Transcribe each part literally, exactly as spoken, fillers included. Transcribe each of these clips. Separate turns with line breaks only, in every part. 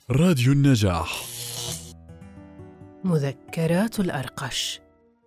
راديو النجاح.
مذكرات الأرقش.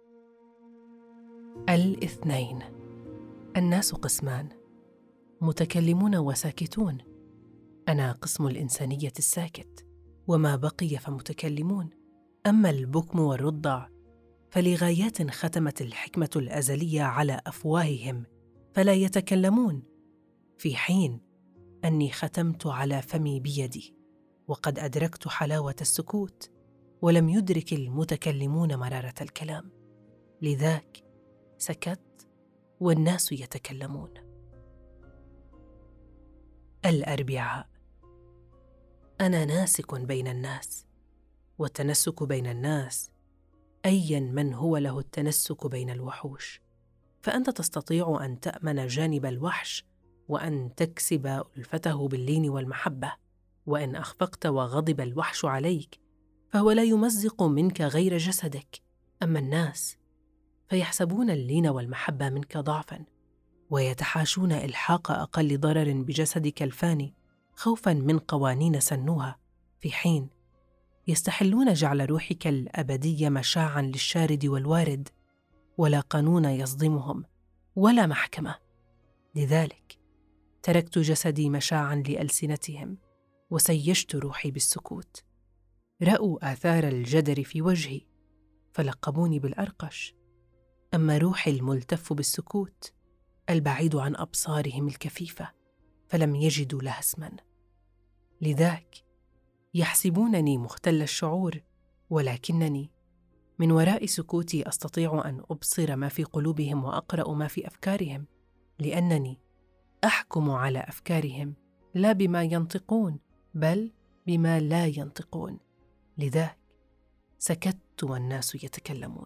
الاثنين. الناس قسمان: متكلمون وساكتون. أنا قسم الإنسانية الساكت، وما بقي فمتكلمون. أما البكم والرضع فلغايات ختمت الحكمة الأزلية على أفواههم فلا يتكلمون، في حين أني ختمت على فمي بيدي، وقد أدركت حلاوة السكوت، ولم يدرك المتكلمون مرارة الكلام. لذاك سكت والناس يتكلمون. الأربعاء. أنا ناسك بين الناس، والتنسك بين الناس أيا من هو له التنسك بين الوحوش، فأنت تستطيع أن تأمن جانب الوحش وأن تكسب ألفته باللين والمحبة، وإن أخفقت وغضب الوحش عليك فهو لا يمزق منك غير جسدك. أما الناس فيحسبون اللين والمحبة منك ضعفاً، ويتحاشون إلحاق أقل ضرر بجسدك الفاني خوفاً من قوانين سنوها، في حين يستحلون جعل روحك الأبدية مشاعاً للشارد والوارد، ولا قانون يصدمهم ولا محكمة. لذلك تركت جسدي مشاعاً لألسنتهم، وسيجت روحي بالسكوت. رأوا آثار الجدر في وجهي فلقبوني بالأرقش، أما روحي الملتف بالسكوت البعيد عن أبصارهم الكفيفة فلم يجدوا لها اسماً. لذاك يحسبونني مختل الشعور، ولكنني من وراء سكوتي أستطيع أن أبصر ما في قلوبهم وأقرأ ما في أفكارهم، لأنني أحكم على أفكارهم لا بما ينطقون بل بما لا ينطقون. لذاك سكت والناس يتكلمون.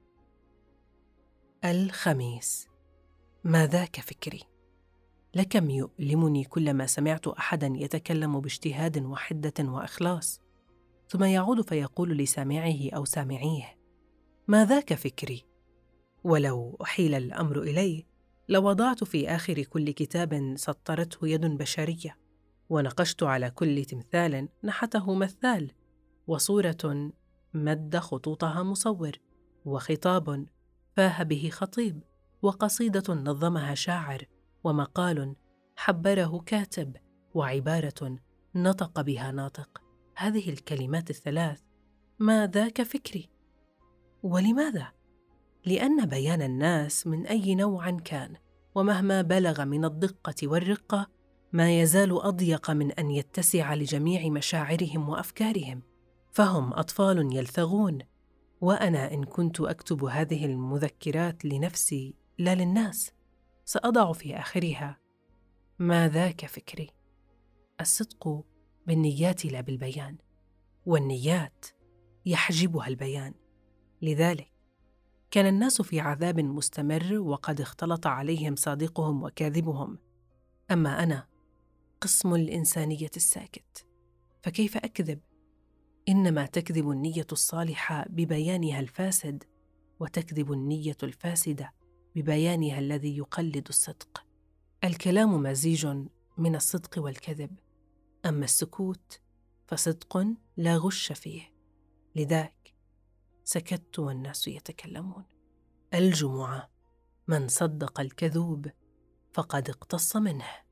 الخميس. ما ذاك فكري؟ لكم يؤلمني كلما سمعت أحداً يتكلم باجتهاد وحدة وإخلاص، ثم يعود فيقول لسامعه أو سامعيه: ما ذاك فكري؟ ولو أحيل الأمر إليه لوضعت في آخر كل كتاب سطرته يد بشرية، ونقشت على كل تمثال نحته مثال، وصورة مد خطوطها مصور، وخطاب فاه به خطيب، وقصيدة نظمها شاعر، ومقال حبره كاتب، وعبارة نطق بها ناطق. هذه الكلمات الثلاث: ما ذاك فكري. ولماذا؟ لأن بيان الناس من أي نوع كان، ومهما بلغ من الدقة والرقة، ما يزال أضيق من أن يتسع لجميع مشاعرهم وأفكارهم، فهم أطفال يلثغون، وأنا إن كنت أكتب هذه المذكرات لنفسي لا للناس سأضع في آخرها: ما ذاك فكري. الصدق بالنيات لا بالبيان، والنيات يحجبها البيان. لذلك كان الناس في عذاب مستمر، وقد اختلط عليهم صادقهم وكاذبهم. أما أنا قسم الإنسانية الساكت، فكيف أكذب؟ إنما تكذب النية الصالحة ببيانها الفاسد، وتكذب النية الفاسدة ببيانها الذي يقلد الصدق. الكلام مزيج من الصدق والكذب، أما السكوت فصدق لا غش فيه. لذاك سكت والناس يتكلمون. الجمعة. من صدق الكذوب فقد اقتص منه.